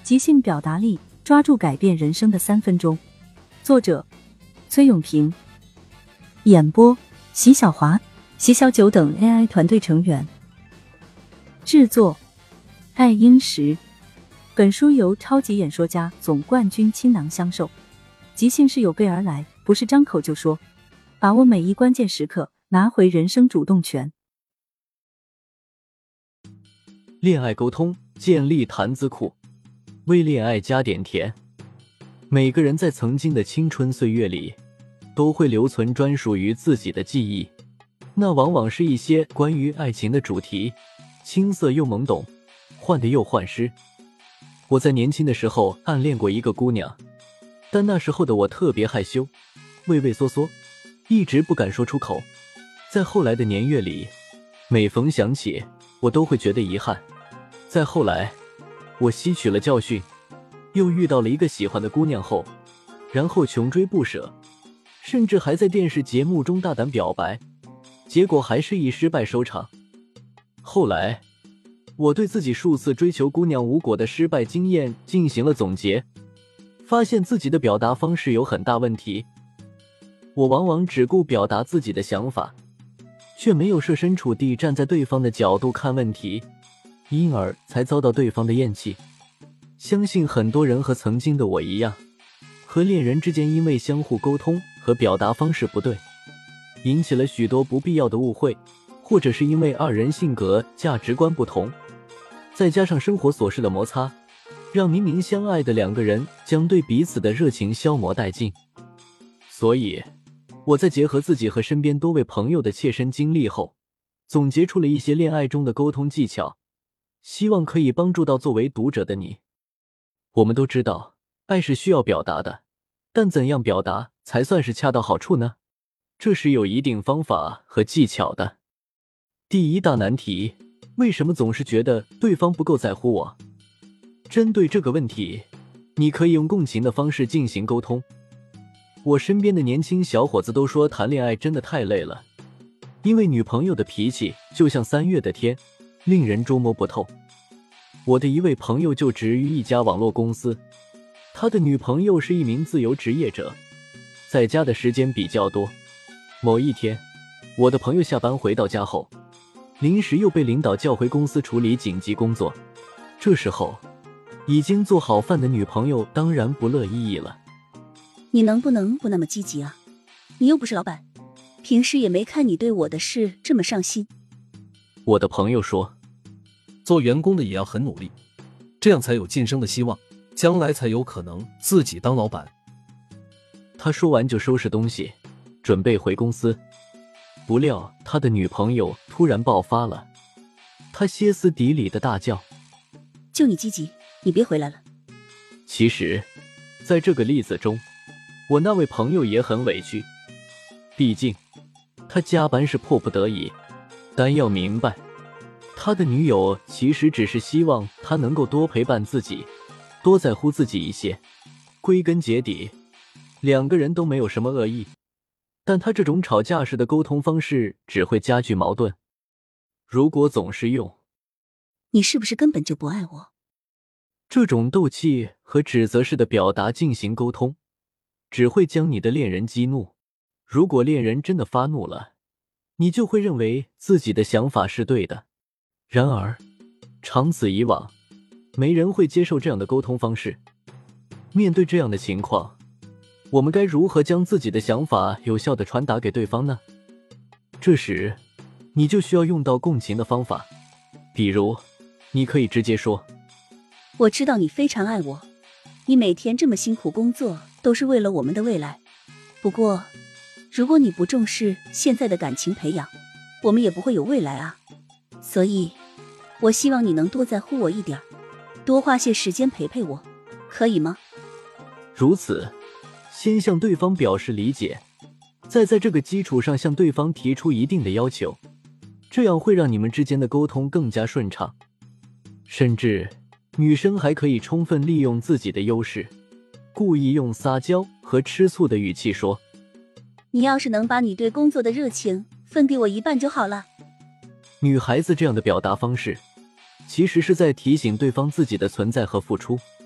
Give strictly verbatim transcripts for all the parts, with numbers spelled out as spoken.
即兴表达力，抓住改变人生的三分钟。作者：崔永平，演播：席小华、席小九等 A I 团队成员。制作：爱英石。本书由超级演说家总冠军倾囊相授。即兴是有备而来，不是张口就说。把握每一关键时刻，拿回人生主动权。 恋爱沟通，建立谈资库，为恋爱加点甜。每个人在曾经的青春岁月里，都会留存专属于自己的记忆，那往往是一些关于爱情的主题，青涩又懵懂，患得又患失。我在年轻的时候暗恋过一个姑娘，但那时候的我特别害羞，畏畏缩缩，一直不敢说出口。在后来的年月里，每逢想起，我都会觉得遗憾。再后来，我吸取了教训，又遇到了一个喜欢的姑娘后，然后穷追不舍，甚至还在电视节目中大胆表白，结果还是以失败收场。后来，我对自己数次追求姑娘无果的失败经验进行了总结，发现自己的表达方式有很大问题。我往往只顾表达自己的想法，却没有设身处地站在对方的角度看问题，因而才遭到对方的厌弃。相信很多人和曾经的我一样，和恋人之间因为相互沟通和表达方式不对，引起了许多不必要的误会，或者是因为二人性格价值观不同，再加上生活琐事的摩擦，让明明相爱的两个人将对彼此的热情消磨殆尽。所以我在结合自己和身边多位朋友的切身经历后，总结出了一些恋爱中的沟通技巧，希望可以帮助到作为读者的你。我们都知道，爱是需要表达的，但怎样表达才算是恰到好处呢？这是有一定方法和技巧的。第一大难题，为什么总是觉得对方不够在乎我？针对这个问题，你可以用共情的方式进行沟通。我身边的年轻小伙子都说谈恋爱真的太累了，因为女朋友的脾气就像三月的天，令人捉摸不透。我的一位朋友就职于一家网络公司，他的女朋友是一名自由职业者，在家的时间比较多。某一天，我的朋友下班回到家后，临时又被领导叫回公司处理紧急工作。这时候，已经做好饭的女朋友当然不乐意了。 你能不能不那么积极啊？你又不是老板，平时也没看你对我的事这么上心。 我的朋友说， 做员工的也要很努力，这样才有晋升的希望，将来才有可能自己当老板。 他说完就收拾东西，准备回公司。不料他的女朋友突然爆发了，他歇斯底里的大叫， 就你积极，你别回来了。 其实在这个例子中，我那位朋友也很委屈，毕竟他加班是迫不得已，但要明白，他的女友其实只是希望他能够多陪伴自己，多在乎自己一些。归根结底，两个人都没有什么恶意，但他这种吵架式的沟通方式只会加剧矛盾。如果总是用你是不是根本就不爱我， 这种斗气和指责式的表达进行沟通，只会将你的恋人激怒。如果恋人真的发怒了，你就会认为自己的想法是对的。然而，长此以往，没人会接受这样的沟通方式。面对这样的情况，我们该如何将自己的想法有效地传达给对方呢？这时，你就需要用到共情的方法。比如，你可以直接说， 我知道你非常爱我，你每天这么辛苦工作都是为了我们的未来。不过，如果你不重视现在的感情培养，我们也不会有未来啊。所以，我希望你能多在乎我一点，多花些时间陪陪我，可以吗？ 如此，先向对方表示理解，再在这个基础上向对方提出一定的要求，这样会让你们之间的沟通更加顺畅。甚至，女生还可以充分利用自己的优势，故意用撒娇和吃醋的语气说， 你要是能把你对工作的热情分给我一半就好了。 女孩子这样的表达方式，其实是在提醒对方自己的存在和付出，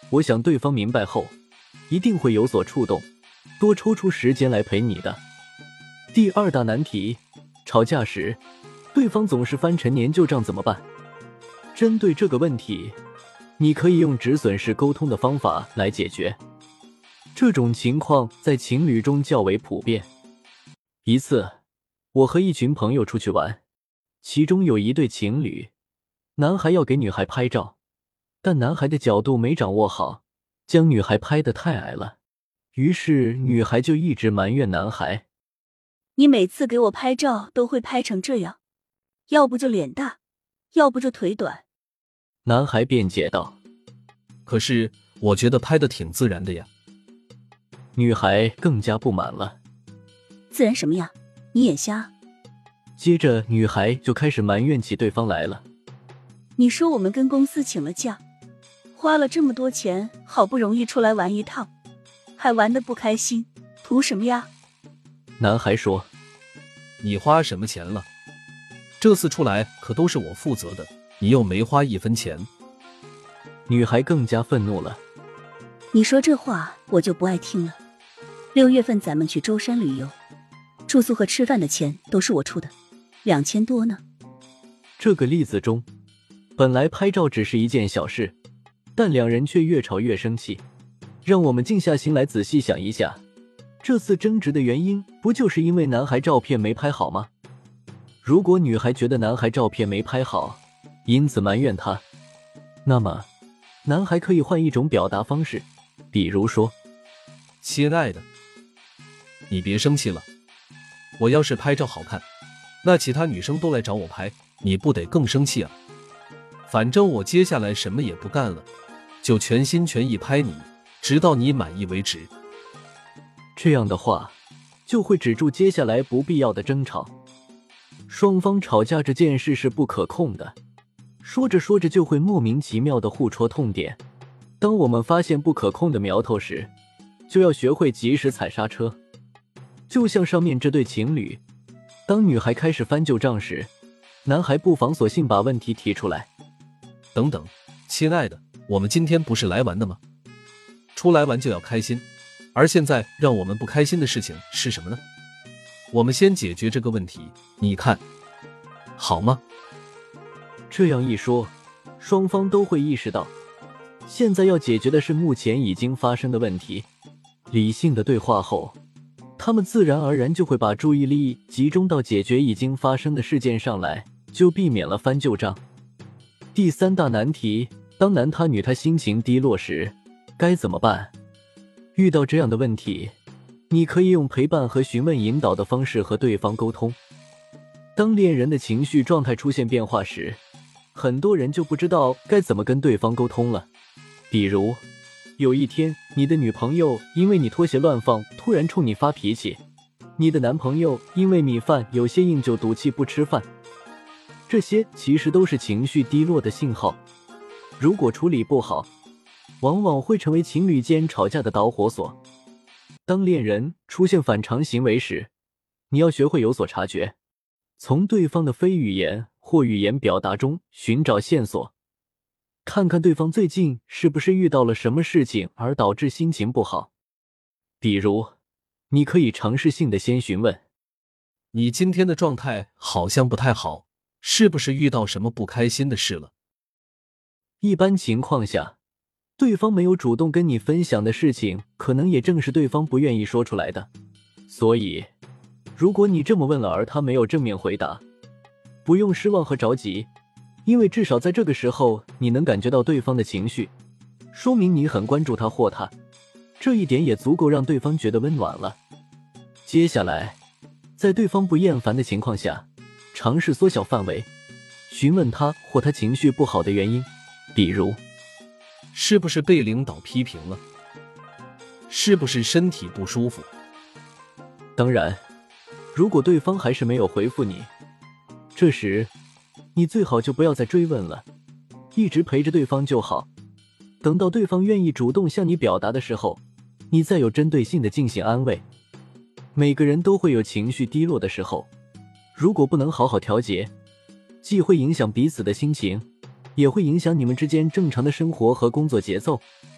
我想对方明白后一定会有所触动，多抽出时间来陪你的。第二大难题，吵架时对方总是翻陈年旧账怎么办？针对这个问题，你可以用止损式沟通的方法来解决。这种情况在情侣中较为普遍。一次，我和一群朋友出去玩，其中有一对情侣，男孩要给女孩拍照，但男孩的角度没掌握好，将女孩拍得太矮了，于是女孩就一直埋怨男孩： 你每次给我拍照都会拍成这样，要不就脸大，要不就腿短。 男孩辩解道： 可是我觉得拍得挺自然的呀。 女孩更加不满了： 自然什么呀，你眼瞎。 接着女孩就开始埋怨起对方来了： 你说我们跟公司请了假，花了这么多钱，好不容易出来玩一趟，还玩得不开心，图什么呀？ 男孩说： 你花什么钱了？这次出来可都是我负责的，你又没花一分钱。 女孩更加愤怒了： 你说这话我就不爱听了。六月份咱们去舟山旅游，住宿和吃饭的钱都是我出的，两千多呢。 这个例子中，本来拍照只是一件小事，但两人却越吵越生气。让我们静下心来仔细想一下，这次争执的原因不就是因为男孩照片没拍好吗？如果女孩觉得男孩照片没拍好，因此埋怨他，那么男孩可以换一种表达方式，比如说： 亲爱的，你别生气了，我要是拍照好看，那其他女生都来找我拍，你不得更生气啊？反正我接下来什么也不干了，就全心全意拍你，直到你满意为止。 这样的话，就会止住接下来不必要的争吵。双方吵架这件事是不可控的，说着说着就会莫名其妙的互戳痛点。当我们发现不可控的苗头时，就要学会及时踩刹车。就像上面这对情侣，当女孩开始翻旧账时，男孩不妨索性把问题提出来： 等等，亲爱的，我们今天不是来玩的吗？出来玩就要开心，而现在让我们不开心的事情是什么呢？我们先解决这个问题，你看好吗？ 这样一说，双方都会意识到，现在要解决的是目前已经发生的问题。理性的对话后，他们自然而然就会把注意力集中到解决已经发生的事件上来，就避免了翻旧账。第三大难题，当男他女他心情低落时，该怎么办？遇到这样的问题，你可以用陪伴和询问引导的方式和对方沟通。当恋人的情绪状态出现变化时，很多人就不知道该怎么跟对方沟通了。比如，有一天，你的女朋友因为你拖鞋乱放，突然冲你发脾气；你的男朋友因为米饭有些硬就赌气不吃饭。这些其实都是情绪低落的信号，如果处理不好，往往会成为情侣间吵架的导火索。当恋人出现反常行为时，你要学会有所察觉，从对方的非语言或语言表达中寻找线索，看看对方最近是不是遇到了什么事情而导致心情不好。比如，你可以尝试性的先询问： 你今天的状态好像不太好，是不是遇到什么不开心的事了？ 一般情况下，对方没有主动跟你分享的事情，可能也正是对方不愿意说出来的。所以，如果你这么问了而他没有正面回答，不用失望和着急，因为至少在这个时候你能感觉到对方的情绪，说明你很关注他或他，这一点也足够让对方觉得温暖了。接下来，在对方不厌烦的情况下，尝试缩小范围，询问他或他情绪不好的原因，比如是不是被领导批评了？是不是身体不舒服？ 当然，如果对方还是没有回复你，这时你最好就不要再追问了，一直陪着对方就好。等到对方愿意主动向你表达的时候，你再有针对性的进行安慰。每个人都会有情绪低落的时候，如果不能好好调节，既会影响彼此的心情，也会影响你们之间正常的生活和工作节奏。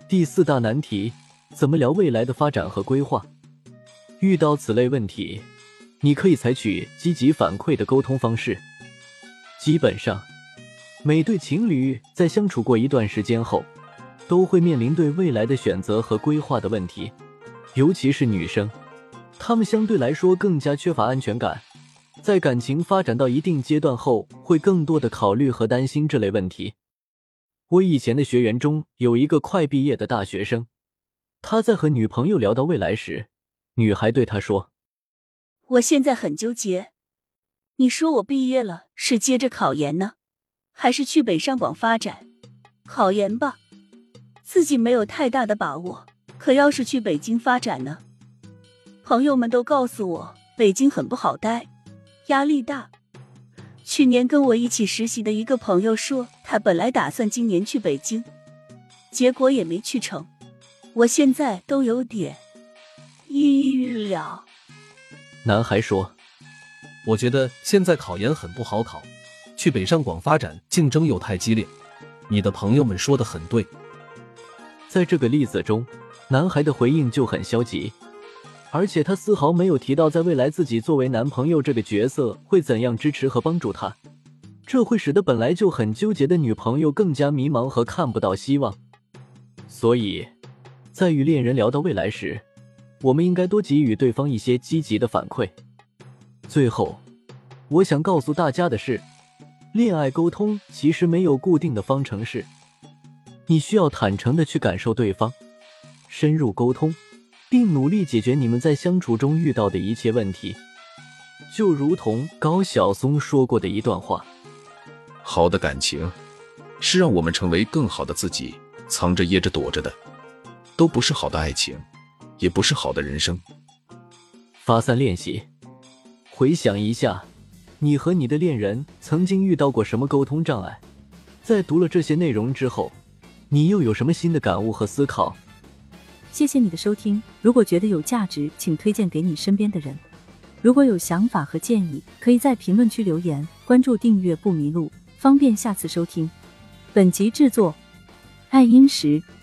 第四大难题，怎么聊未来的发展和规划？遇到此类问题，你可以采取积极反馈的沟通方式。基本上，每对情侣在相处过一段时间后，都会面临对未来的选择和规划的问题。尤其是女生，她们相对来说更加缺乏安全感，在感情发展到一定阶段后，会更多的考虑和担心这类问题。我以前的学员中有一个快毕业的大学生，他在和女朋友聊到未来时，女孩对他说： 我现在很纠结，你说我毕业了是接着考研呢，还是去北上广发展？考研吧，自己没有太大的把握，可要是去北京发展呢？朋友们都告诉我北京很不好待，压力大。去年跟我一起实习的一个朋友说，他本来打算今年去北京，结果也没去成。我现在都有点抑郁了。 男孩说： 我觉得现在考研很不好考，去北上广发展竞争又太激烈。你的朋友们说得很对。 在这个例子中，男孩的回应就很消极，而且他丝毫没有提到在未来自己作为男朋友这个角色会怎样支持和帮助他，这会使得本来就很纠结的女朋友更加迷茫和看不到希望。所以，在与恋人聊到未来时，我们应该多给予对方一些积极的反馈。最后，我想告诉大家的是，恋爱沟通其实没有固定的方程式，你需要坦诚地去感受对方，深入沟通，并努力解决你们在相处中遇到的一切问题。就如同高晓松说过的一段话： 好的感情是让我们成为更好的自己，藏着掖着躲着的，都不是好的爱情，也不是好的人生。 发散练习，回想一下你和你的恋人曾经遇到过什么沟通障碍，在读了这些内容之后，你又有什么新的感悟和思考？ 谢谢你的收听，如果觉得有价值，请推荐给你身边的人。如果有想法和建议，可以在评论区留言，关注订阅不迷路，方便下次收听。本集制作爱英石。